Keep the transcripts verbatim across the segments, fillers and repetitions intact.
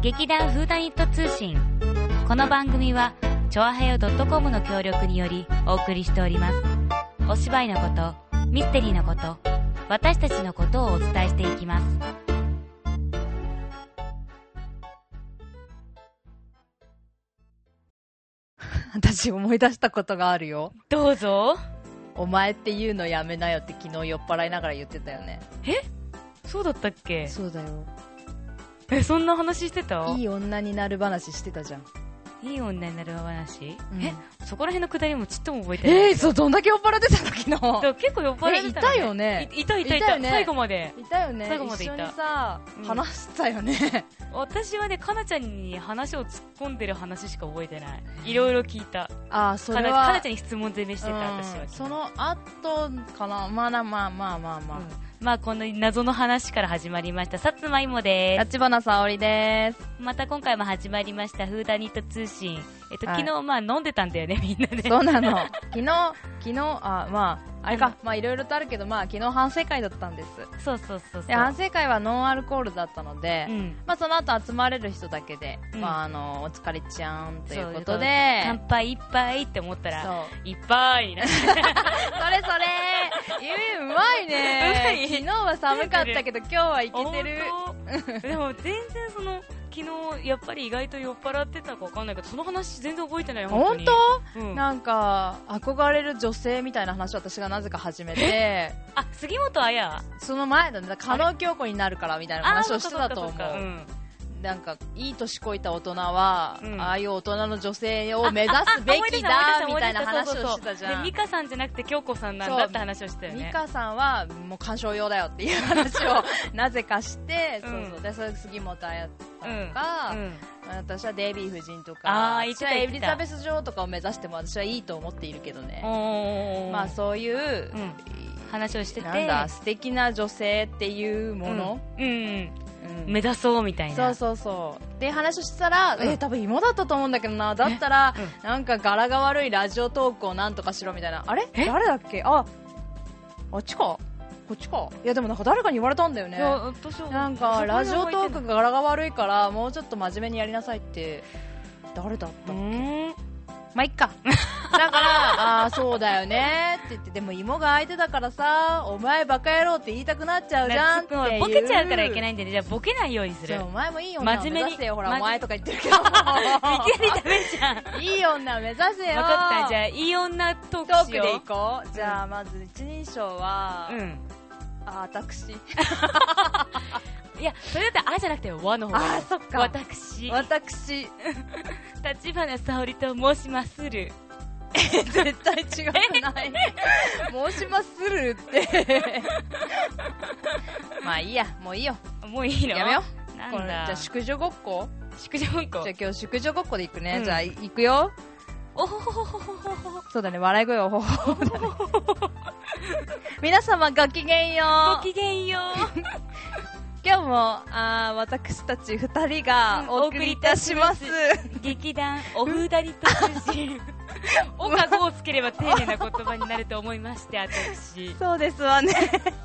劇団フーダニット通信。この番組はチョアヘヨ .com の協力によりお送りしております。お芝居のこと、ミステリーのこと、私たちのことをお伝えしていきます。 私思い出したことがあるよ。 どうぞ。 お前って言うのやめなよって昨日酔っ払いながら言ってたよね。 え、そうだったっけ？ そうだよ。 え、そんな話してた？ いい女になる話してたじゃん。 いい女になる話、 うん、 え、そこら辺のくだりもちっとも覚えてない。 えー、そう、どんだけ酔っ払ってたの昨日。 そう、結構酔っ払ってた、ね、 いたよね。 い, いたいたいた、いたよね、最後までいたよね。 最後までいた。 一緒にさ、うん、話したよね。 私はね、かなちゃんに話を突っ込んでる話しか覚えてない。いろいろ聞いた。 あー、それはかなちゃんに質問攻めしてた、うん、私は。 その後かな。まあまあまあまあまあ、まあ、うん、 まあ、この謎の話から始まりましたさつまいもです。 立花沙織です。 また今回も始まりましたフーダニット通信。えっと、 はい、 昨日まあ飲んでたんだよね、みんなで。 そうなの。昨日昨日あまああれか、まあいろいろとあるけど、まあ昨日反省会だったんです。 そうそうそうそう。 で、反省会はノンアルコールだったので、 うん、 まあその後集まれる人だけで、うん、まああのお疲れちゃんということで、 乾杯一杯って思ったら、いっぱいな。それそれ、 ゆうまいね。昨日は寒かったけど今日はいけてる。 でも全然その昨日やっぱり意外と酔っ払ってたか分かんないけど、その話全然覚えてない。 本当、うん、なんか憧れる女性みたいな話を私がなぜか始めてあ、杉本彩。 その前だね、加納京子になるからみたいな話をしてたと思う。なんかいい年こいた大人は、うん、ああいう大人の女性を目指すべきだみたいな話をしてたじゃん。 で、美香さんじゃなくて京子さんなんだって話をしてたよね。 美香さんはもう鑑賞用だよっていう話をなぜかして、うん、そうそう。で、それ杉本彩さんとか、うんうん、私はデヴィ夫人とか、 あ、 私はエリザベス女王とかを目指しても私はいいと思っているけどね。まあそういう、うん、 話をしてて、 なんだ、素敵な女性っていうもの、 うん、うんうん、目指そうみたいな。 そうそうそうで話をしたら、うん、えー、多分芋だったと思うんだけどな、だったら、うん、なんか柄が悪いラジオトークをなんとかしろみたいな。あれ誰だっけ、ああっちかこっちか。いやでもなんか誰かに言われたんだよね。なんかラジオトークが柄が悪いからもうちょっと真面目にやりなさいって。誰だったっけ。まあいっかだからあーそうだよねって言って、でも芋が相手だからさ、お前バカ野郎って言いたくなっちゃうじゃんっていう。 ボケちゃうからいけないんでね。じゃあボケないようにする。 お前もいい女を目指せよ。ほら、ま、お前とか言ってるけどいきなりダメじゃん。 いい女を目指せよ。分かった。じゃあいい女トークしよう。 トークでいこう。じゃあまず一人称は、うん、あ、私いや、それだったらあじゃなくて和の方が。 あ、そっか。 私私立花沙織と申しまする。 絶対違くない申しまするってまあいいや、もういいよ。 もういいのやめよう。なんだ。 じゃあ宿女ごっこ宿女ごっこ。 じゃあ今日宿女ごっこでいくね、うん、じゃあいくよ。 おほほほほほほ。 そうだね、笑い声おほほほ皆様ごきげんよう。 ごきげんよう今日もあ私たちふたりがお送りいたします、 うん、劇団おフーダニット通信おかごをつければ丁寧な言葉になると思いまして、私。 そうですわね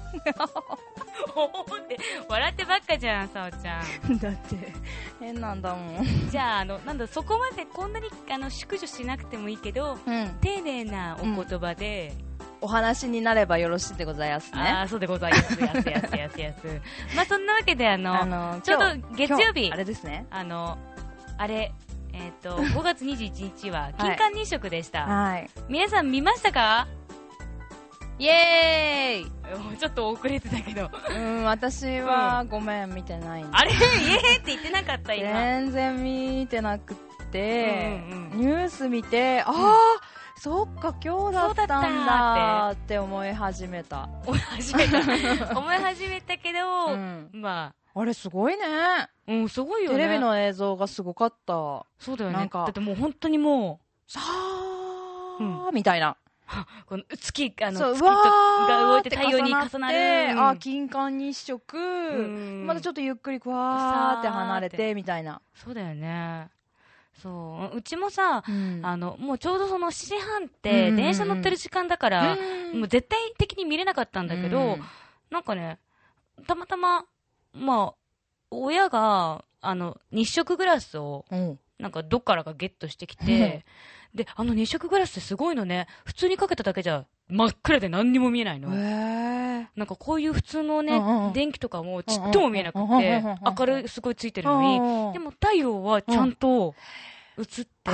笑ってばっかじゃん、さおちゃん。だって変なんだもん。 じゃあ、あのなんだ、そこまでこんなにあの淑女しなくてもいいけど、うん、丁寧なお言葉で、うん、 お話になればよろしいでございますね。 ああ、そうでございます。やすやすやすやす。まあそんなわけで、あの、あのちょうど月曜日、 あれですね。 あの、あれ、えっと、ごがつにじゅういちにちは金環日食でした。 はい。 皆さん見ましたか？ イエーイ。ちょっと遅れてたけど。 うん、私はごめん、見てないんで。 あれイエーイって言ってなかった今。 全然見てなくて、うんうん、ニュース見て、ああ、うん、そっか今日だったんだって思い始めた。 思い始めた。思い始めたけど、うん、まあ。 あれすごいね。 うん、すごいよね。 テレビの映像がすごかった。 そうだよね。なんかだってもう本当にもうさー、うん、みたいな。 この月あの月とが動いて太陽に重なる、 うん、あ、金環日食、うん、またちょっとゆっくりふわーって離れてみたいな。 そうだよね。そう、うちもさ、うん、あのもうちょうどそのしちじはんって電車乗ってる時間だから、うん、もう絶対的に見れなかったんだけど、うん、なんかね、たまたままあ親があの、日食グラスを、なんかどっからかゲットしてきて、で、あの日食グラスってすごいのね。普通にかけただけじゃ真っ暗で何にも見えないの。へー。なんかこういう普通のね、うんうん、電気とかもちっとも見えなくて、明るいすごいついてるのに、うんうん、でも太陽はちゃんと映って、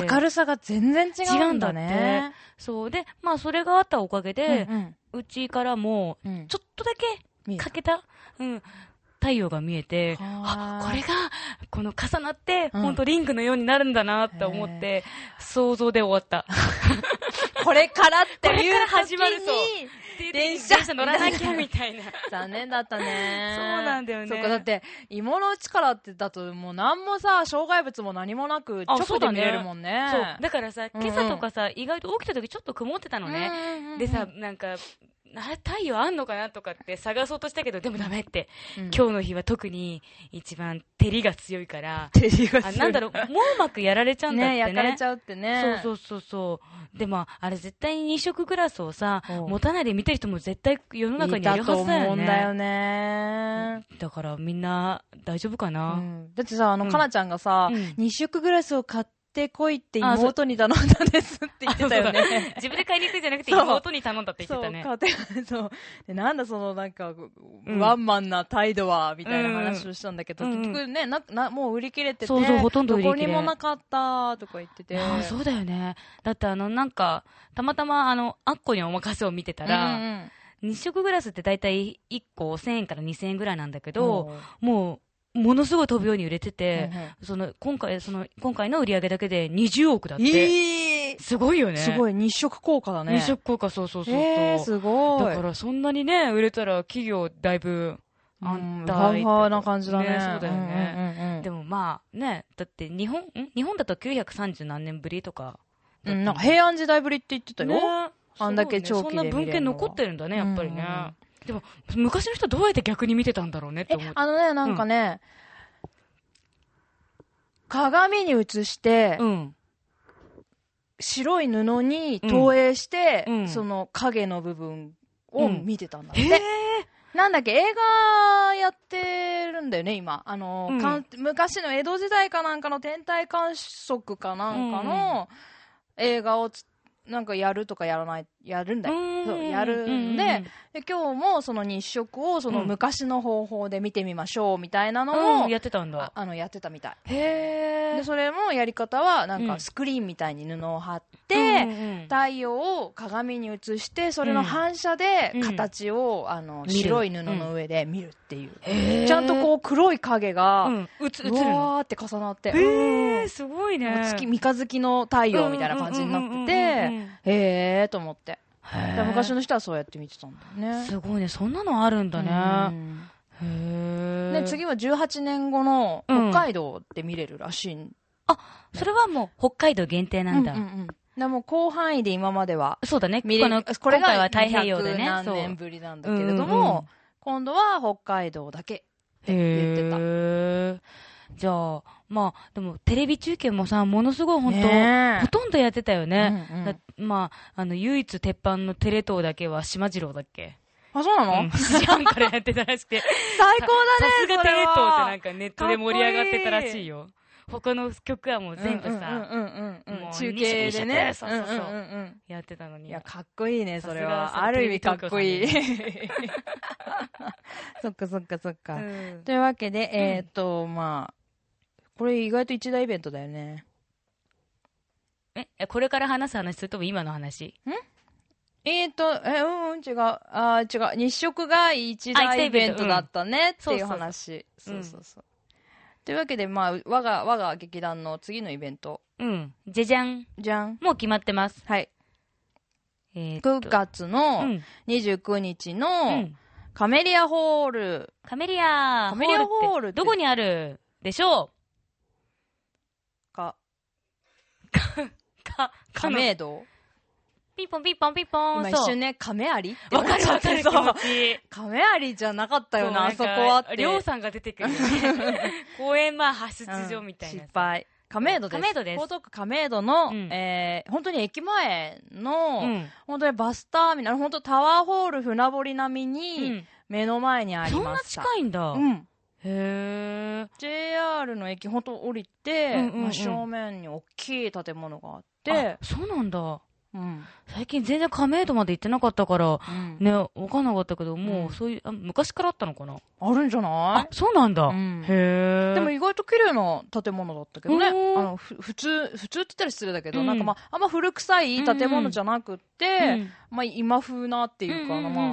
明るさが全然違うんだね。違うんだって。 そう。で、まあそれがあったおかげで、うんうん、うちからも、ちょっとだけかけた、うん、太陽が見えて、あ、これが、この重なって、うん、ほんとリングのようになるんだなって思って、想像で終わった。 これからっていう始まると、電車乗らなきゃみたいな。 残念だったね。 そうなんだよね。 そっか、だって、芋の内からってだと、もう何もさ、障害物も何もなく、直で見れるもんね。 そう。だからさ、今朝とかさ、意外と起きた時ちょっと曇ってたのね。でさ、なんか、あれ太陽あんのかなとかって探そうとしたけど、でもダメって、うん、今日の日は特に一番照りが強いから、 照りが強い。 あ、なんだろう、網膜やられちゃうんだってね。 ね、焼かれちゃうってね。 そうそうそうそう。でも、あれ絶対に日食グラスをさ、持たないで見てる人も絶対世の中にいるはずだよね。いたと思うんだよね。 だからみんな大丈夫かな、うん、 だってさ、あの、うん、かなちゃんがさ、うん、日食グラスを買って、ってこいって妹に頼んだんですって言ってたよね。 自分で買いに行くんじゃなくて妹に頼んだって言ってたね。 そう、そう。で、なんだそのなんか、うん、ワンマンな態度は、みたいな話をしたんだけど、うん、結局ね、な、な、もう売り切れてて、 そうそう、ほとんど売り切れ。 どこにもなかったとか言ってて。 ああ、そうだよね。だってあの、なんか、たまたまあの、アッコにお任せを見てたら、うんうん、日食グラスってだいたいいっこせんえんからにせんえんぐらいなんだけど、もう、ものすごい飛ぶように売れてて、うんうん、その、今回、その、今回の売り上げだけでにじゅうおくだって。えー、すごいよね。 すごい、日食効果だね。 日食効果、そうそうそうそう。 えー、すごい。 だからそんなにね、売れたら企業だいぶ安泰。 ハーハーな感じだね。 ね、そうだよね、うんうんうん。でもまあ、ね、だって日本、ん日本だときゅうひゃくさんじゅうなんねんぶりとか。 うん、なんか平安時代ぶりって言ってたよ。ね、あんだけ長期で見れるのは。 そんな文献残ってるんだね、やっぱりね。うんうん、でも、昔の人どうやって逆に見てたんだろうねって思って。 あのね、なんかね、うん鏡に映して、うん、白い布に投影して、うん、その影の部分を見てたんだって。うん、なんだっけ、映画やってるんだよね、今。あの、うん、昔の江戸時代かなんかの天体観測かなんかの映画をつなんかやるとかやらない、やるんだよ。そう、やるんで、で、今日もその日食をその昔の方法で見てみましょうみたいなのを、 うん、やってたんだ。 あ, あの、やってたみたい。 へー。 で、それもやり方は、なんかスクリーンみたいに布を貼って、うん、太陽を鏡に映して、それの反射で形を、うん、あの、白い布の上で見るっていう。うん、ちゃんとこう黒い影が、うん、 映るの。うわーって重なって。 へー、すごいね。 月、三日月の太陽みたいな感じになってて、へーと思って。昔の人はそうやって見てたんだよね。 すごいね。そんなのあるんだね。うん、 へー。で、次はじゅうはちねんごの北海道で見れるらしい、うん、 あ、それはもう北海道限定なんだ。うんうんうん。 でも広範囲で今までは。 そうだね。 見れる。これが今回は太平洋でね。 何年ぶりなんだけれども、うんうん、今度は北海道だけって言ってた。へー。 じゃあ、まあ、でも、テレビ中継もさ、ものすごい本当、ほとんどやってたよね。うんうん、まあ、あの、唯一鉄板のテレ東だけは島次郎だっけ？ あ、そうなの？うん、 しちじはんからやってたらしくて。 最高だね、 さすがテレ東ってなんかネットで盛り上がってたらしいよ。他の曲はもう全部さ、 中継でね、 そうそうそう、うんうんうん、やってたのに。 いや、かっこいいね、それは。ある意味かっこいい。そっかそっかそっか。うん、というわけで、えー、っと、まあ、これ意外と一大イベントだよね。 え、これから話す話、それとも今の話？ んえーと、え、うん、違う。あ、違う。日食が一大イベントだったねっていう話。そうそうそう。というわけで、まあ、我が、我が劇団の次のイベント。 うん。じゃじゃん。 じゃん。 もう決まってます。 はい。えー、くがつのにじゅうくにちのカメリアホール。 カメリアカメリアホールってどこにあるでしょう？ か、 か、か、 亀戸？ ピンポンピンポンピンポン。 今一瞬ね、亀有ってわかるわかる気持ち。 亀有じゃなかったよな、あそこはって。 りょうさんが出てくるよね。公園まあ発出場みたいな、 うん。失敗。亀戸です。 亀戸です。 江東区亀戸の、うん、えー、本当に駅前の、うん、本当にバスターミナル、本当タワーホール船堀並みに、目の前にありました。 そんな近いんだ。 うん。 へー。 ジェイアーール の駅ほんと降りて、 うんうんうん、 真正面に大きい建物があって、 あ、そうなんだ。 うん、 最近全然亀戸まで行ってなかったから、うん、ね、わかんなかったけど、もうそういう、あ、昔からあったのかな。 あるんじゃない？ あ、そうなんだ。うん、へー。 でも意外と綺麗な建物だったけどね。あの、ふ、普通、普通って言ったら失礼だけど、うん、なんかまあ、あんま古臭い建物じゃなくって、うんうん、まあ今風なっていうか、うんうんうん、まあ、うん、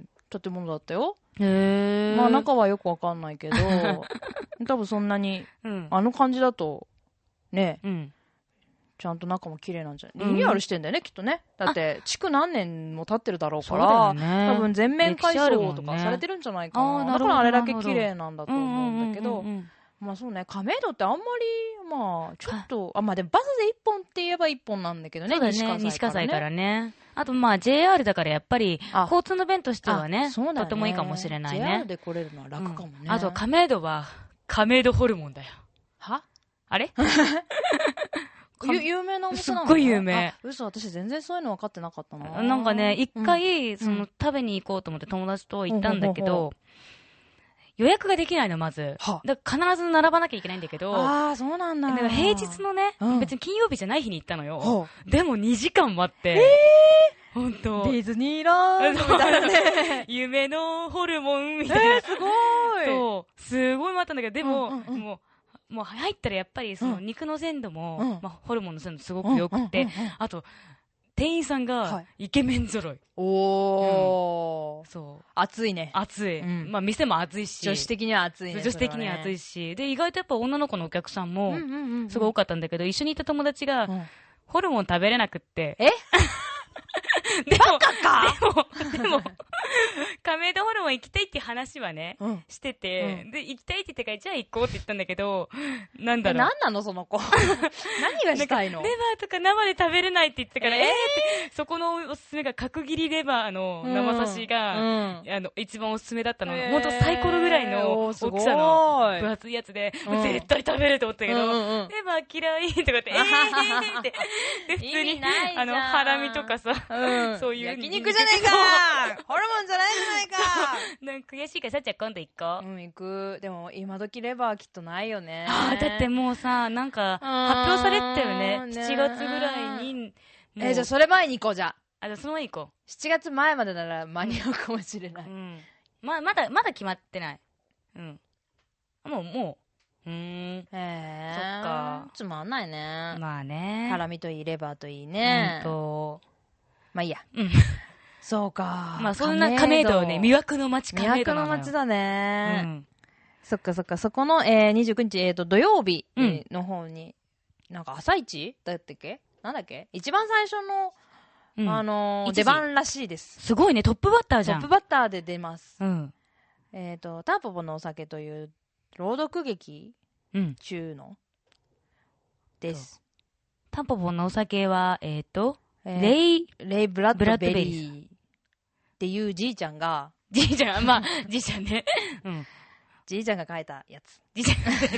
建物だったよ。 へー。 まあ中はよくわかんないけど、多分そんなに、うん、あの感じだと、ね、うんちゃんと中も綺麗なんじゃない、リニューアルしてんだよね、きっとね。だって、築何年も経ってるだろうから、ね、多分全面改装とかされてるんじゃないかな。だからあれだけ綺麗なんだと思うんだけど、まあそうね、亀戸ってあんまり、まあ、ちょっと、あ、まあでもバスで一本って言えば一本なんだけどね、 そうだね、西葛西からね。あとまあ ジェイアール だからやっぱり、交通の便としてはね、ねとてもいいかもしれないね。 ジェイアール で来れるのは楽かもね。 うん、あと亀戸は、亀戸ホルモンだよ。 はあれゆ有名なお店なの？ すっごい有名。 嘘、私全然そういうの分かってなかったな。 なんかね、一回、うん、その、食べに行こうと思って友達と行ったんだけど、うんうん、予約ができないの、まず。だから必ず並ばなきゃいけないんだけど、 ああ、そうなんだ。 だから平日のね、うん、別に金曜日じゃない日に行ったのよ。でもにじかん待って。えー、ほんと。 ディズニーランドみたいなね。 夢のホルモンみたいな。 えー、すごい。 そう。すごい待ったんだけど、でも、うんうんうん、もう、もう入ったらやっぱりその肉の鮮度も、うんまあ、ホルモンの鮮度すごく良くて、うんうんうんうん、あと店員さんがイケメン揃い、はい、 おー、 うん、そう暑いね、 暑い、うん、まあ店も暑いし女子的には暑いね、 女子的には暑いし、で意外とやっぱ女の子のお客さんもすごい多かったんだけど、一緒にいた友達が、うん、ホルモン食べれなくって、 えでも、 バカかでも、でも、亀戸ホルモン行きたいって話はね、うん、してて、うん、で、行きたいって言ってから、じゃあ行こうって言ったんだけど、なんだろう。 何なのその子。何がしたいの？ レバーとか生で食べれないって言ってから、えー、えーって、そこのおすすめが角切りレバーの生刺しが、うん、あの、一番おすすめだったの。えー、ほんとサイコロぐらいの大きさの分厚いやつで、うん、絶対食べると思ったけど、うんうんうん、レバー嫌いとかって、えー、えー、って、で、普通に、あの、ハラミとかさ、うん、そういう。 焼肉じゃねえかホルモンじゃないじゃないかなんか悔しいからさっちゃん今度行こう。うん、行く。でも今時レバーきっとないよね。 ああ、だってもうさ、なんか発表されてたよね。しちがつぐらいに。 えー、じゃあそれ前に行こうじゃあ。あ、じゃあその前に行こう。 しちがつまえまでなら間に合うかもしれない。うん。 ま、まだ、まだ決まってない。うん。もう、もう。うーん。へえ。 そっか。 つまんないね。 まあね。 ハラミといい、レバーといいね。 ほんと。 まあいいや。 うん。 そうか。 まあそんな亀戸ね、魅惑の街亀戸なのよ。魅惑の街だね。うん。そっかそっか、そこの、えー、にじゅうくにち、えっと、土曜日の方に、うん、なんか朝一だったっけなんだっけ一番最初の、うん、あのー、出番らしいです。 すごいね、トップバッターじゃん。 トップバッターで出ます。 うん。 えっと、タンポポのお酒という朗読劇中の、うん、です。 タンポポのお酒は、えっ、ー、と、 えー、レイ、レイ・ブラッドベリーっていうじいちゃんが、 じいちゃん、まあ、じいちゃんね。うん。 じいちゃんが書いたやつ。 じいちゃんが書いたや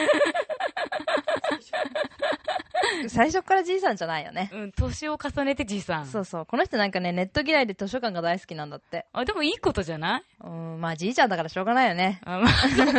つ。最初からじいさんじゃないよね。 うん、年を重ねてじいさん。 そうそう。この人なんかね、ネット嫌いで図書館が大好きなんだって。 あ、でもいいことじゃない？ うん、まあじいちゃんだからしょうがないよね。あ、まあ、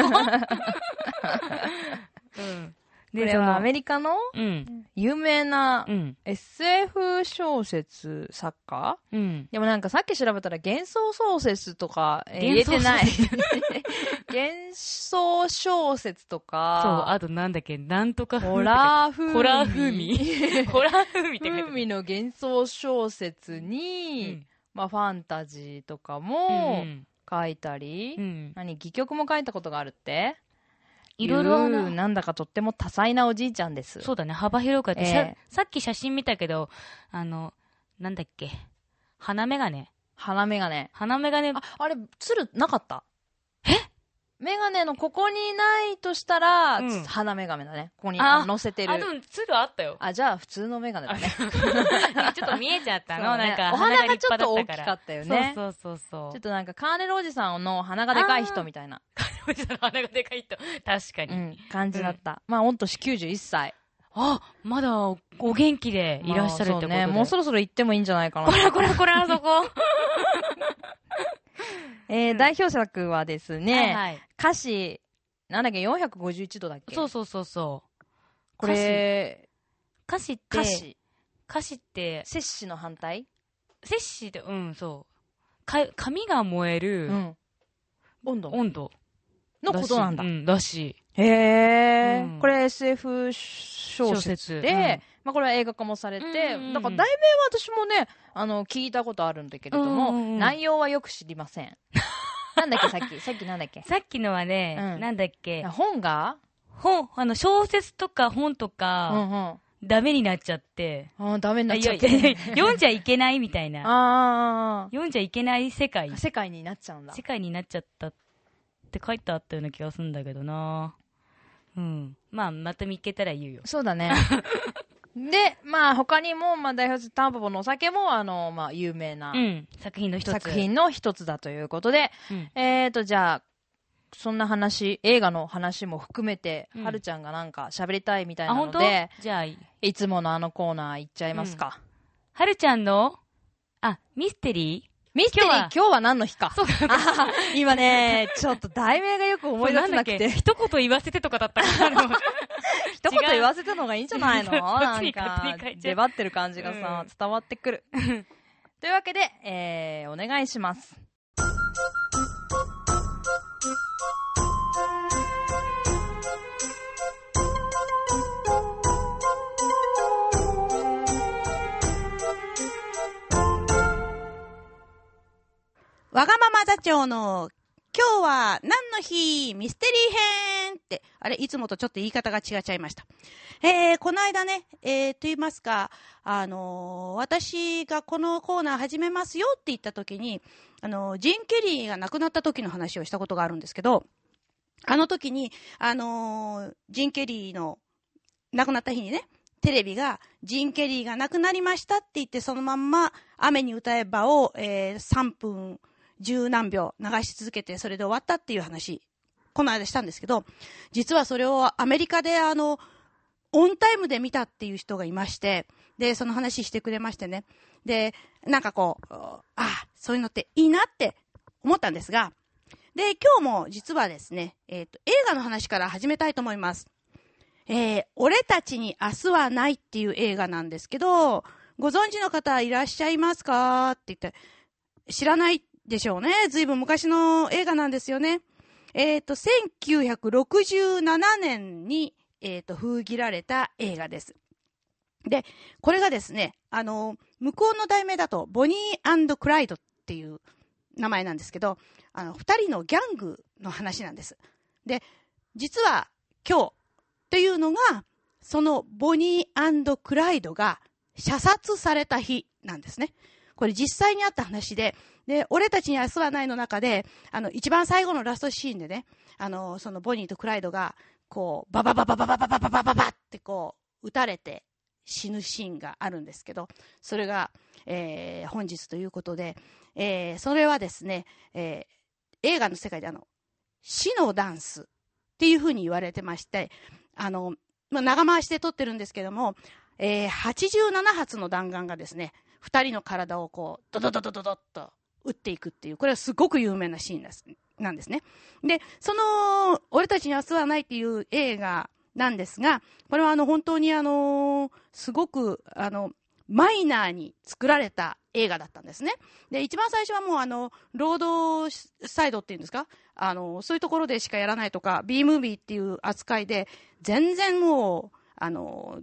うん。これはアメリカの有名な エスエフ 小説作家、うん、でもなんかさっき調べたら幻想小説とか言えてない。幻想小説とか。 そう、あとなんだっけ、なんとか風味。ホラー風味。 ホラー風味。ホラー風味って書いてある。 風味の幻想小説に、うん、まあファンタジーとかも書いたり、うん、何、戯曲も書いたことがあるって？いろいろな、なんだかとっても多彩なおじいちゃんです。 そうだね、幅広くあって、えー、さっき写真見たけど、あの、なんだっけ、鼻メガネ。 鼻メガネ。 鼻メガネ。 あ、あれ、つるなかった？ え？ メガネのここにないとしたら、うん、鼻メガネだね。ここに乗せてる。 あ、でもつるあったよ。 あ、じゃあ普通のメガネだね。 ちょっと見えちゃったの、ね、なんかお鼻がちょっと大きかったよね。 そうそうそうそう。 ちょっとなんかカーネルおじさんの鼻がでかい人みたいな。 カーネルおじさんの鼻がでかい人。確かに。 うん、感じだった。うん、まあ、御年きゅうじゅういっさい。 あ、まだお元気でいらっしゃるってことで、まあ、そうね。 もうそろそろ行ってもいいんじゃないかな。 これこれこれあそこ。 えー、代表作はですね、はいはい、歌詞、 なんだっけ、よんひゃくごじゅういちどだっけ。 そうそうそうそう。 これ、 歌詞って、 歌詞。 歌詞って、 摂氏の反対摂氏って、うん、そう。か、紙が燃える、うん、 温度。 温度。 のことなんだ。 うん、らしい。 へー、うん。これ エスエフ 小説で、うん、まあこれは映画化もされて、うんうんうん、だから題名は私もね、あの、聞いたことあるんだけれども、うんうんうん、内容はよく知りません。なんだっけ、さっき。さっきなんだっけ。 さっきのはね、うん、なんだっけ。 本が本、あの、小説とか本とか、うんうん、ダメになっちゃって。 ああ、ダメになっちゃって。 読んじゃいけないみたいな。 ああ。 読んじゃいけない世界。 世界になっちゃうんだ。 世界になっちゃったって書いてあったような気がするんだけどな。うん。まあ、また見っけたら言うよ。 そうだね。で、まあ、他にも、まあ、代表するタンポポのお酒も、あの、まあ、有名な、うん、 作品の一つ。 作品の一つだということで、うん、えーと、じゃあ、そんな話、映画の話も含めて、うん、はるちゃんがなんか喋りたいみたいなので、 じゃあ、 いつものあのコーナー行っちゃいますか。 うん、はるちゃんの、あ、ミステリーミステリー今日は何の日か。そうか。今ね、ちょっと題名がよく思い出せなくて。 一言言わせてとかだったから。 一言言わせてのがいいんじゃないのなんか、出張ってる感じがさ、うん、伝わってくる。というわけで、えー、お願いします。 わがまま座長の今日は何の日ミステリー編って、あれいつもとちょっと言い方が違っちゃいました。えー、この間ね、えー、と言いますか、あのー、私がこのコーナー始めますよって言った時に、あのー、ジン・ケリーが亡くなった時の話をしたことがあるんですけど、あの時に、あのー、ジン・ケリーの亡くなった日にね、テレビがジン・ケリーが亡くなりましたって言って、そのまんま雨に歌えばを、えー、さんぷん十何秒流し続けて、それで終わったっていう話、この間したんですけど、実はそれをアメリカであの、オンタイムで見たっていう人がいまして、で、その話してくれましてね。で、なんかこう、ああ、そういうのっていいなって思ったんですが、で、今日も実はですね、えっと、映画の話から始めたいと思います。えー、俺たちに明日はないっていう映画なんですけど、ご存知の方いらっしゃいますかって言って、知らないでしょうね。ずいぶん昔の映画なんですよね。えっと、せんきゅうひゃくろくじゅうななねんに、えっと、封切られた映画です。で、これがですね、あの、向こうの題名だと、ボニー&クライドっていう名前なんですけど、あの、二人のギャングの話なんです。で、実は今日というのが、そのボニー&クライドが射殺された日なんですね。これ実際にあった話で、で、俺たちに明日はないの中で、あの、一番最後のラストシーンでね、あの、そのボニーとクライドが、こう、ババババババババババババってこう、撃たれて死ぬシーンがあるんですけど、それが、えー、本日ということで、えー、それはですね、えー、映画の世界であの、死のダンスっていう風に言われてまして、あの、まあ、長回しで撮ってるんですけども、えー、はちじゅうななはつの弾丸がですね、二人の体をこう、ドドドドドドッと撃っていくっていう、これはすごく有名なシーンです、なんですね。で、その、俺たちに明日はないっていう映画なんですが、これはあの、本当にあの、すごく、あの、マイナーに作られた映画だったんですね。で、一番最初はもうあの、ロードサイドっていうんですか、あの、そういうところでしかやらないとか、B ムービーっていう扱いで、全然もう、あの、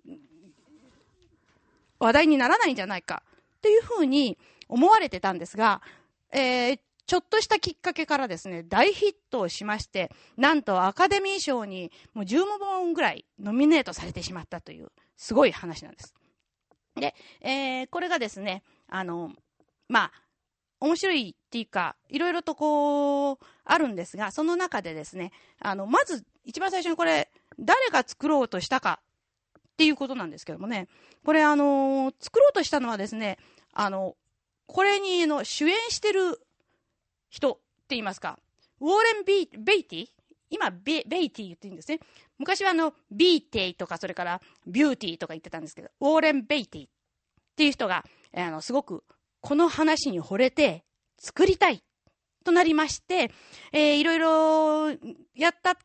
話題にならないんじゃないかっていうふうに思われてたんですが、えー、ちょっとしたきっかけからですね、大ヒットをしまして、なんとアカデミー賞にもうじゅうぼんぐらいノミネートされてしまったという、すごい話なんです。で、えー、これがですね、あの、まあ、面白いっていうか、いろいろとこう、あるんですが、その中でですね、あの、まず、一番最初にこれ、誰が作ろうとしたかっていうことなんですけどもね、これあの、作ろうとしたのはですね、あの、これにの主演してる人って言いますか、ウォーレン・ビーベイティ今ベ、ベイティ言っていいんですね。昔はあの、ビーテイとか、それからビューティーとか言ってたんですけど、ウォーレン・ベイティっていう人が、あの、すごくこの話に惚れて作りたいとなりまして、えー、いろいろやった結果、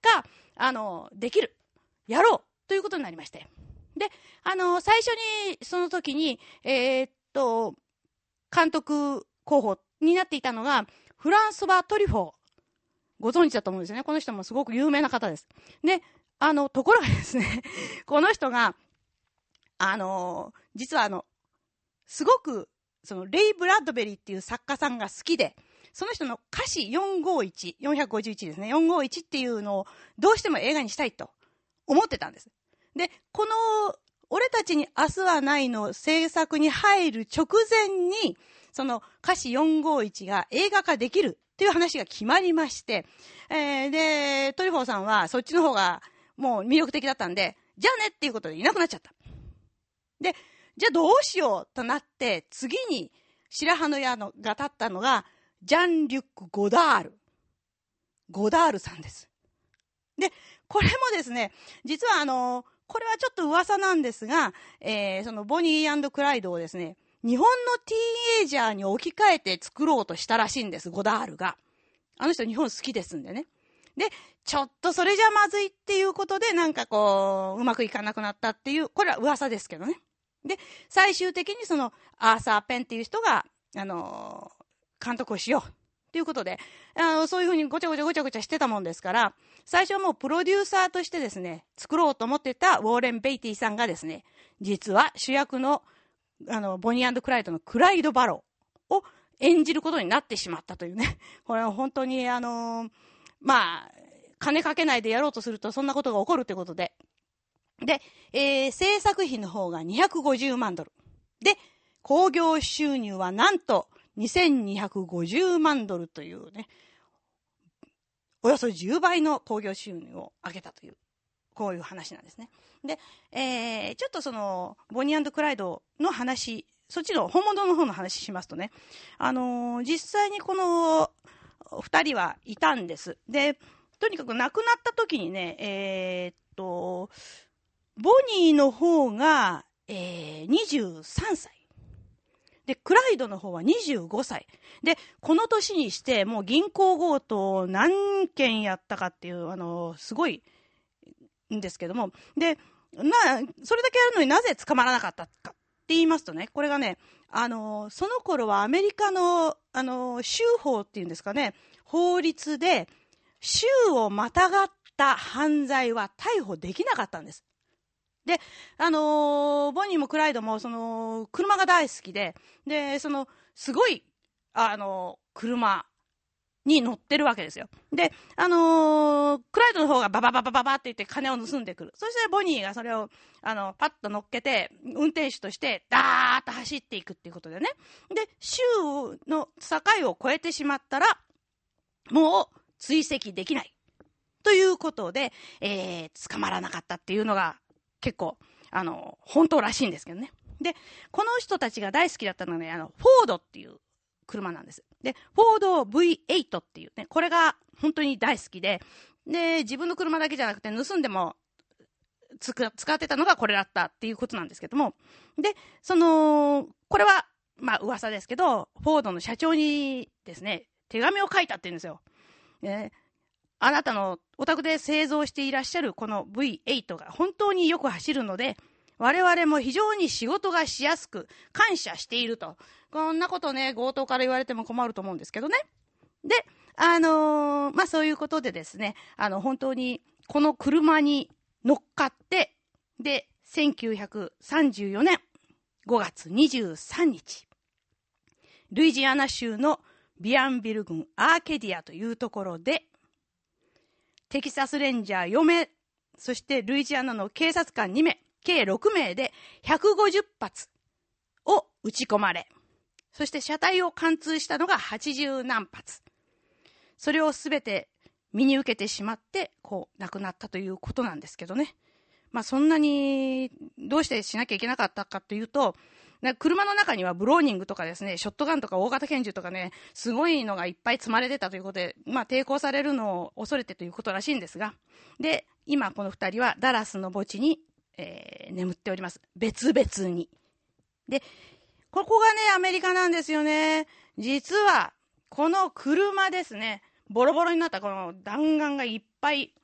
が、あの、できる。やろうということになりまして。で、あの、最初に、その時に、えー、っと、監督候補になっていたのが、フランソワ・トリュフォー。ご存知だと思うんですよね。この人もすごく有名な方です。で、あの、ところがですね、この人が、あの、実はあの、すごく、その、レイ・ブラッドベリーっていう作家さんが好きで、その人の歌詞よんごいち、よんひゃくごじゅういちですね。よんごいちっていうのをどうしても映画にしたいと思ってたんです。で、この、俺たちに明日はないの制作に入る直前に、その歌詞よんごいちが映画化できるっていう話が決まりまして、えー、で、トリフォーさんはそっちの方がもう魅力的だったんで、じゃあねっていうことでいなくなっちゃった。で、じゃあどうしようとなって、次に白羽の矢のが立ったのが、ジャン・リュック・ゴダール。ゴダールさんです。で、これもですね、実はあの、これはちょっと噂なんですが、えー、そのボニー&クライドをですね、日本のティーンエイジャーに置き換えて作ろうとしたらしいんです、ゴダールが。あの人日本好きですんでね。で、ちょっとそれじゃまずいっていうことで、なんかこう、うまくいかなくなったっていう、これは噂ですけどね。で、最終的にその、アーサー・ペンっていう人が、あのー、監督をしようっていうことで、あの、そういうふうにごちゃごちゃごちゃごちゃしてたもんですから、最初はもうプロデューサーとしてですね、作ろうと思ってたウォーレン・ベイティさんがですね、実は主役の、あの、ボニー&クライドのクライド・バローを演じることになってしまったというね。これは本当に、あのー、まあ、金かけないでやろうとするとそんなことが起こるということで。で、えー、制作費の方がにひゃくごじゅうまんドル。で、興行収入はなんとにせんにひゃくごじゅうまんドルというね、およそじゅうばいの興行収入を上げたという、こういう話なんですね。で、えー、ちょっとその、ボニー&クライドの話、そっちの本物の方の話しますとね、あのー、実際にこの二人はいたんです。で、とにかく亡くなった時にね、えー、っと、ボニーの方が、えー、にじゅうさんさい。で、クライドの方はにじゅうごさい。で、この年にして、もう銀行強盗を何件やったかっていう、あの、すごいんですけども。で、な、それだけやるのになぜ捕まらなかったかって言いますとね、これがね、あの、その頃はアメリカの、あの、州法っていうんですかね、法律で、州をまたがった犯罪は逮捕できなかったんです。で、あのー、ボニーもクライドも、その、車が大好きで、で、その、すごい、あのー、車に乗ってるわけですよ。で、あのー、クライドの方がババババババって言って金を盗んでくる。そしてボニーがそれを、あの、パッと乗っけて、運転手として、ダーッと走っていくっていうことでね。で、州の境を越えてしまったら、もう追跡できない。ということで、えー、捕まらなかったっていうのが、結構、あの、本当らしいんですけどね。で、この人たちが大好きだったのはね、あの、フォードっていう車なんです。で、フォード ブイエイト っていうね、これが本当に大好きで、で、自分の車だけじゃなくて盗んでもつく使ってたのがこれだったっていうことなんですけども、で、その、これは、まあ噂ですけど、フォードの社長にですね、手紙を書いたって言うんですよ。ね、あなたのお宅で製造していらっしゃるこの ブイエイト が本当によく走るので、我々も非常に仕事がしやすく感謝していると。こんなことね、強盗から言われても困ると思うんですけどね。で、あのー、まあ、そういうことでですね、あの、本当にこの車に乗っかって、で、せんきゅうひゃくさんじゅうよねんごがつにじゅうさんにち、ルイジアナ州のビアンビル郡アーケディアというところで、テキサスレンジャーよんめい、そしてルイジアナの警察官にめい、計ろくめいでひゃくごじゅっぱつを撃ち込まれ、そして車体を貫通したのがはちじゅうなんぱつ。それをすべて身に受けてしまって、こう亡くなったということなんですけどね。まあそんなにどうしてしなきゃいけなかったかというと、車の中にはブローニングとかですね、ショットガンとか大型拳銃とかね、すごいのがいっぱい積まれてたということで、まあ抵抗されるのを恐れてということらしいんですが、で、今この二人はダラスの墓地に、えー、眠っております。別々に。で、ここがね、アメリカなんですよね。実は、この車ですね、ボロボロになったこの弾丸がいっぱい、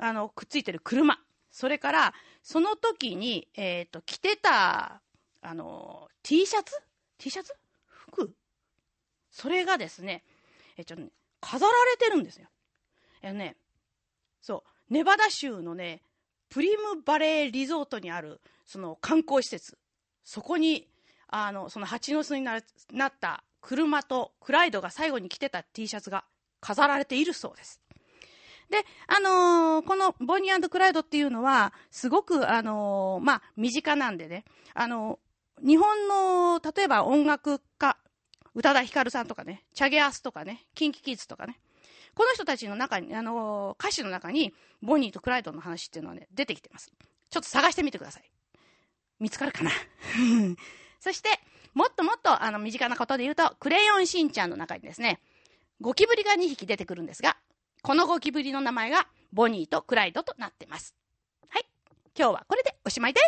あのくっついてる車、それからその時に、えー、と着てたあの T シャツ T シャツ服、それがですね、えーちょっとね飾られてるんですよ。えーね、そうネバダ州のねプリムバレーリゾートにあるその観光施設、そこにあのその蜂の巣に な, なった車とクライドが最後に着てた T シャツが飾られているそうです。で、あのー、このボニー&クライドっていうのはすごく、あのーまあ、身近なんでね、あのー、日本の例えば音楽家宇多田ヒカルさんとかね、チャゲアスとかね、キンキキッズとかね、この人たちの中に、あのー、歌詞の中にボニーとクライドの話っていうのはね出てきてます。ちょっと探してみてください。見つかるかなそしてもっともっとあの身近なことで言うと、クレヨンしんちゃんの中にですねゴキブリがにひき出てくるんですが、このゴキブリの名前がボニーとクライドとなってます。はい、今日はこれでおしまいです。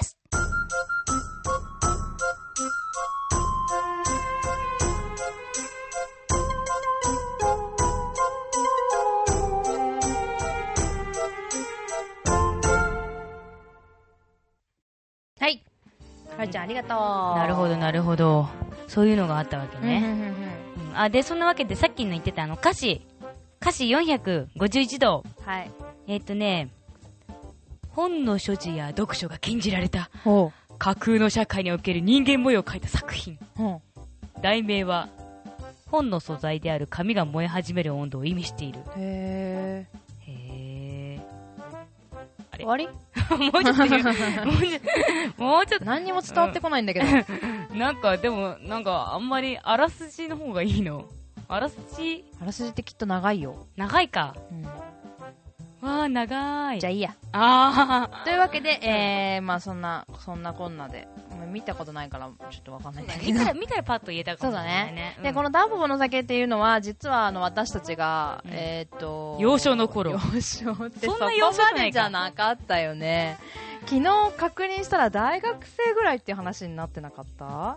はい、はるちゃんありがとう。 なるほどなるほど、そういうのがあったわけね、 うんうんうんうん、 うん、あでそんなわけでさっきの言ってたあの歌詞歌詞よんひゃくごじゅういちど、 はい、 えーっとね本の所持や読書が禁じられたほ架空の社会における人間模様を描いた作品。 う、ほ題名は本の素材である紙が燃え始める温度を意味している。 う、へへーあれー、終わりもうちょっと言うもうちょっともうちょっと何にも伝わってこないんだけどなんかでもなんかあんまりあらすじの方がいいの。あらすじあらすじってきっと長いよ、 長いか、 うん、 わー長い。 じゃあいいや。 あというわけで、えー、まあそんなそんなこんなで見たことないからちょっとわかんないんだけど、 見たら見たらパッと言えたかそうだもしれないねね。 でこのタンポポの酒っていうのは実はあの私たちが、 うんえーっと幼少の頃、 幼少ってそこそんな幼少じゃないかまでじゃなかったよね。昨日確認したら大学生ぐらいっていう話になってなかった？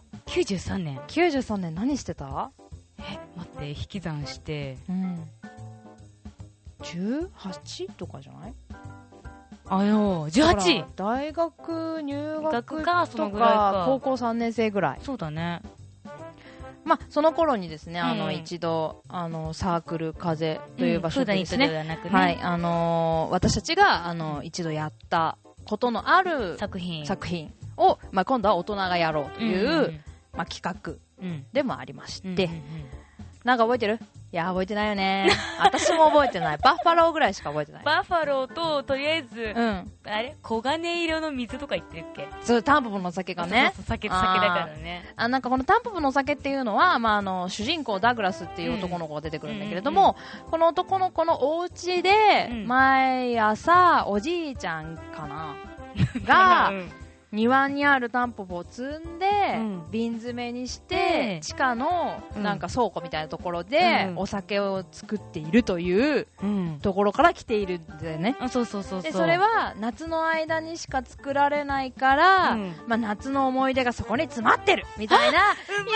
きゅうじゅうさんねん。 きゅうじゅうさんねん何してた？ え待って引き算してうんじゅうはちとかじゃない？ あよじゅうはち。 だから大学入学学かそのとぐらいかか高校さんねん生ぐらい。 そうだね。 まあその頃にですね、あのうん一度あのサークル風という場所でですね、 フーダニットではなくね、 はい、あのー私たちがあの一度やったことのある作品作品を、まあ、今度は大人がやろうという、 うんまあ、企画うんでもありまして、 うんうんうんなんか覚えてる？いや覚えてないよね私も覚えてない。バッファローぐらいしか覚えてない。 バッファローととりあえず、 うんあれ黄金色の水とか言ってるっけ？ そうタンポポのお酒がね、 そうそうそう酒酒だからね。 あなんかこのタンポポのお酒っていうのは、まあ、あの主人公ダグラスっていう男の子が出てくるんだけれども、この男の子のお家でうん毎朝おじいちゃんかながうん庭にあるタンポポを摘んで、 うん瓶詰めにして、 で地下のうんなんか倉庫みたいなところで、 うんお酒を作っているといううんところから来ているんだよね。 あそうそうそうそう。 でそれは夏の間にしか作られないから、 うんまあ、夏の思い出がそこに詰まってるみたいな、いやー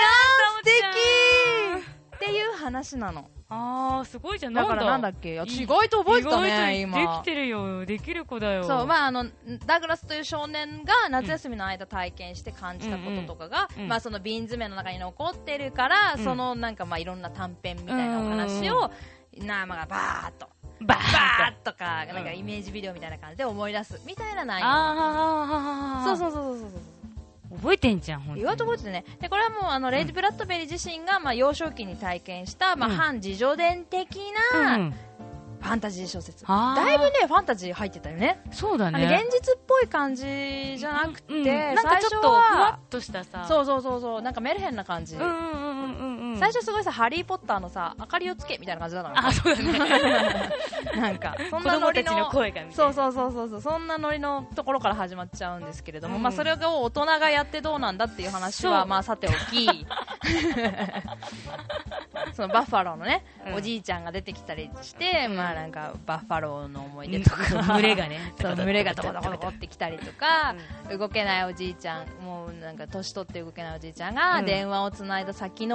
素敵っていう話なの。 あーすごいじゃん。 だからなんだっけ、私意外と覚えてたね今。 できてるよ、できる子だよ。 そう、まあ、あのダグラスという少年が夏休みの間体験して感じたこととかが、 うんうんまあ、その瓶詰めの中に残ってるから、 うんそのなんかまあいろんな短編みたいなお話を、なまあバーっとババーーっとかなんかイメージビデオみたいな感じで思い出すみたいな内容。 ああそうそうそうそうそうそう。 覚えてんじゃん、ほんとに。 意外と覚えててね。でこれはもうあのレイジ・ブラッドベリー自身が、まあ、幼少期に体験した、まあうん反自叙伝的うなんファンタジー小説、 あーだいぶねファンタジー入ってたよね。 そうだあのね。 現実っぽい感じじゃなくて、 うんなんかちょっとふ最初はわっとしたさ。 そうそうそうそう、なんかメルヘンな感じ、 うんうんうんうんうん。 最初すごいさハリー・ポッターのさ明かりをつけみたいな感じだったの。 あ、そうだね。 なんかそん子なノリの供たちの声がみたいな。 そうそうそうそうそう、そんなノリのところから始まっちゃうんですけれども、 うんまあそれを大人がやってどうなんだっていう話そうはまあさておきそのバッファローのね、 うんおじいちゃんが出てきたりして、 うんまあなんかバッファローの思い出とか、 群れがね。 そう群れがドコドコドコってきたりとか、動けないおじいちゃん、もうなんか年取って動けないおじいちゃんがうん電話をつないだ先の音を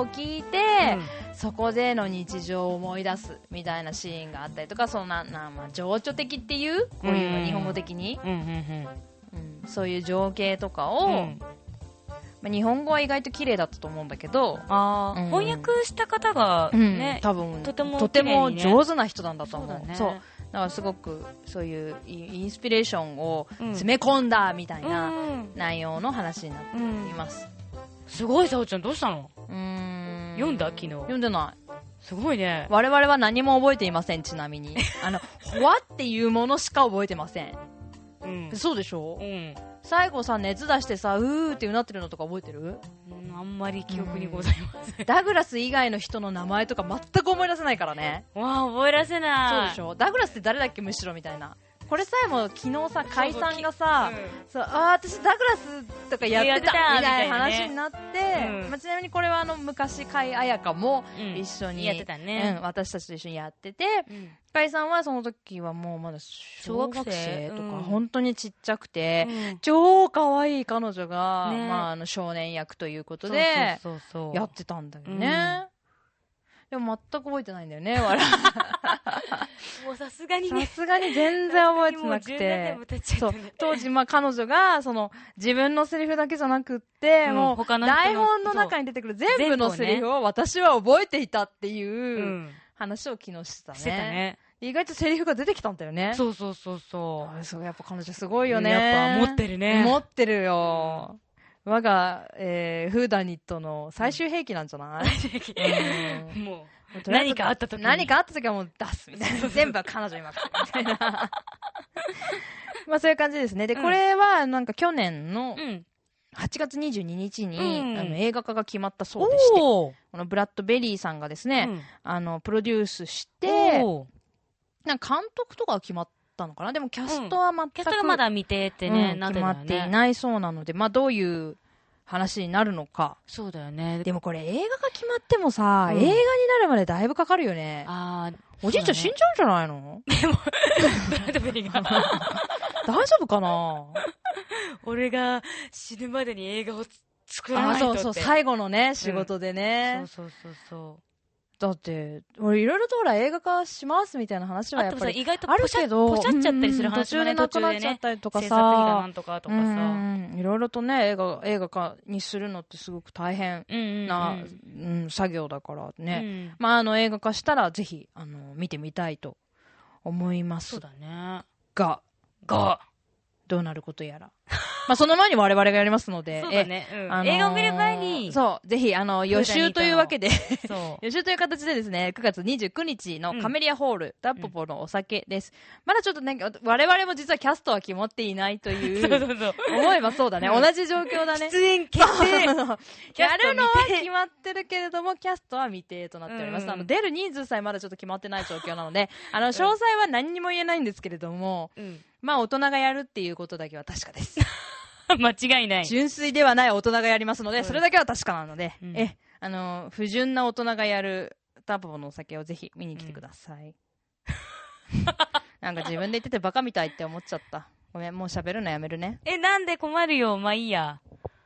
を聞いて、うん、そこでの日常を思い出すみたいなシーンがあったりとか、そのなな、まあ、情緒的っていうこういうの日本語的に、うんうんうんうん、そういう情景とかを、うんまあ、日本語は意外と綺麗だったと思うんだけど、 あ、うん、翻訳した方がね、 うん、多分とても、 とても上手な人なんだと思う。 そうだね。 そうだからすごくそういうインスピレーションを詰め込んだみたいな内容の話になっています、 うんうん、すごい。さおちゃんどうしたの？ うーん読んだ昨日？ 読んでない。 すごいね。 我々は何も覚えていません。ちなみにあのほわっていうものしか覚えてません、うん、そうでしょ、うん、最後さ熱出してさうーってうなってるのとか覚えてる？ うん、あんまり記憶にございません、 うん、ダグラス以外の人の名前とか全く思い出せないからね。 わあ覚えらせない。 そうでしょ。ダグラスって誰だっけむしろみたいな。これさえも昨日さ解散がさ、そう、うん、あ私ダグラスとかやってたみたいな話になって、うんまあ、ちなみにこれはあの昔甲斐彩香も一緒に、 うん、やってたね、 うん、私たちと一緒にやってて、うん、甲斐さんはその時はもうまだ小学生とか、うん、本当にちっちゃくて、うん、超可愛い彼女が、ねまあ、あの少年役ということでやってたんだよね、うん、でも全く覚えてないんだよねもうさすがにねさすがに全然覚えてなくてそう当時まあ彼女がその自分のセリフだけじゃなくって、うん、もう他の台本の中に出てくる全部のセリフを私は覚えていたっていう話を昨日してたね、してたね。意外とセリフが出てきたんだよね。 そうそうそうそうそうやっぱ彼女すごいよね。 やっぱ持ってるね。 持ってるよ。我が、えー、フーダニットの最終兵器なんじゃない？ うん、もう何かあった時に何かあった時はもう出すみたいな。全部は彼女に任せるみたいな。まあそういう感じですね。で、これはなんか去年のはちがつにじゅうににちに、うん、あの映画化が決まったそうでして、このブラッドベリーさんがですね、うん、あのプロデュースして、なんか監督とかは決まったのかな。でもキャストは全く、うん、 キャストがまだ未定ってね、 うん、決まっていないそうなので、まあどういう話になるのか。 そうだよね。 でもこれ映画が決まってもさ、うん、映画になるまでだいぶかかるよね。ああ、おじいちゃん死んじゃうんじゃないの？でもブラッドベリーが大丈夫かな？ 俺が死ぬまでに映画を作らないとって。 あ、そうそう、最後のね仕事でね、 うん、そうそうそうそう。 だって俺いろいろとほら映画化しますみたいな話はやっぱり意外とあるけど、ポシャっちゃったりする話もね、 途中でなくなっちゃったりとかさ、 制作費がなんとかとかさ、 いろいろとね映画映画化にするのってすごく大変な、うんうんうん、作業だからね、うん、まああの映画化したらぜひあの見てみたいと思います。 そうだね。 ががどうなることやら。まあその前に我々がやりますので、 そうだね、うんあのー、映画を見る前に、 そう、ぜひ、あの、予習というわけで、そう予習という形でですね、くがつにじゅうくにちのカメリアホール、うん、タッポポのお酒です。まだちょっとね、我々も実はキャストは決まっていないという、そうそうそう思えばそうだね、同じ状況だね。 出演決定やるのは決まってるけれども、キャストは未定となっております。うん、あの、出る人数さえまだちょっと決まってない状況なので、あの、詳細は何にも言えないんですけれども、うん、まあ大人がやるっていうことだけは確かです。 間違いない。 純粋ではない大人がやりますので、うん、それだけは確かなので、うん、え、あの、不純な大人がやるタポポのお酒をぜひ見に来てください。うん、なんか自分で言っててバカみたいって思っちゃった。ごめん、もう喋るのやめるね。 え、なんで困るよ。まあいいや。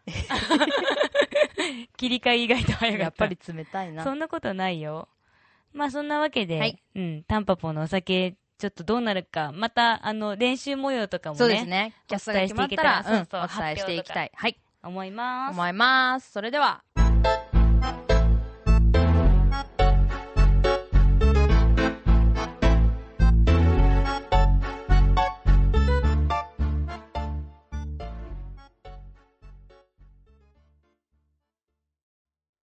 切り替え意外と早かった。 やっぱり冷たいな。 そんなことないよ。まあそんなわけで、はい、うん、タンパポのお酒、ちょっとどうなるか、また、あの、練習模様とかもね。 そうですね。キャストが決まったら、うん、お伝えしていきたい。はい。 思います。 思います。それでは、